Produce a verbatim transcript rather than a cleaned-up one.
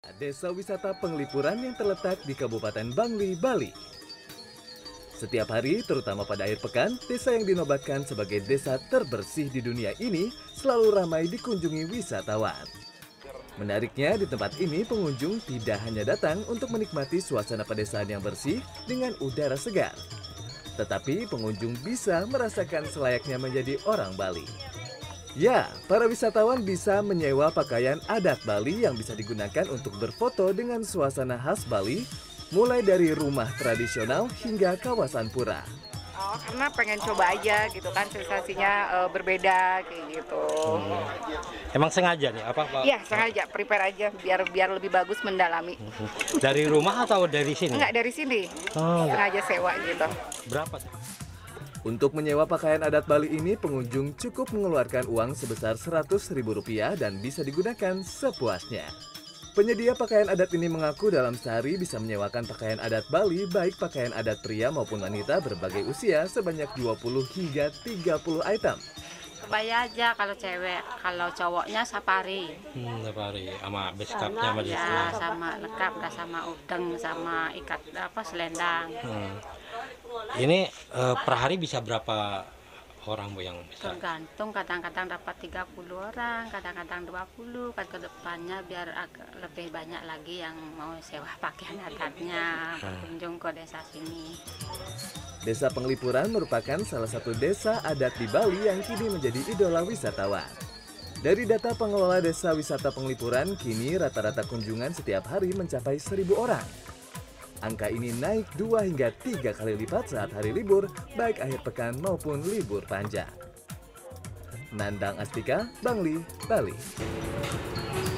Desa wisata Penglipuran yang terletak di Kabupaten Bangli, Bali. Setiap hari, terutama pada akhir pekan, desa yang dinobatkan sebagai desa terbersih di dunia ini selalu ramai dikunjungi wisatawan. Menariknya, di tempat ini pengunjung tidak hanya datang untuk menikmati suasana pedesaan yang bersih dengan udara segar, tetapi pengunjung bisa merasakan selayaknya menjadi orang Bali. Ya, para wisatawan bisa menyewa pakaian adat Bali yang bisa digunakan untuk berfoto dengan suasana khas Bali, mulai dari rumah tradisional hingga kawasan pura. Oh, karena pengen coba aja gitu kan, sensasinya uh, berbeda kayak gitu. Hmm. Emang sengaja nih apa Pak? Iya, sengaja prepare aja biar biar lebih bagus mendalami. Dari rumah atau dari sini? Enggak, dari sini. Oh. Sengaja sewa gitu. Berapa? Untuk menyewa pakaian adat Bali ini, pengunjung cukup mengeluarkan uang sebesar seratus ribu rupiah dan bisa digunakan sepuasnya. Penyedia pakaian adat ini mengaku dalam sehari bisa menyewakan pakaian adat Bali, baik pakaian adat pria maupun wanita berbagai usia sebanyak dua puluh hingga tiga puluh item. Kebaya aja kalau cewek, kalau cowoknya safari. Hmm, safari sama beskapnya sama Ya, sama lengkap, dah sama udeng, sama ikat apa selendang. Hmm. Ini uh, per hari bisa berapa orang Bu yang bisa? Tergantung, kadang-kadang dapat tiga puluh orang, kadang-kadang dua puluh, kan ke depannya biar agak lebih banyak lagi yang mau sewa pakaian adatnya berkunjung ke desa sini. Desa Penglipuran merupakan salah satu desa adat di Bali yang kini menjadi idola wisatawan. Dari data pengelola desa wisata Penglipuran, kini rata-rata kunjungan setiap hari mencapai seribu orang. Angka ini naik dua hingga tiga kali lipat saat hari libur, baik akhir pekan maupun libur panjang. Nandang Astika, Bangli, Bali.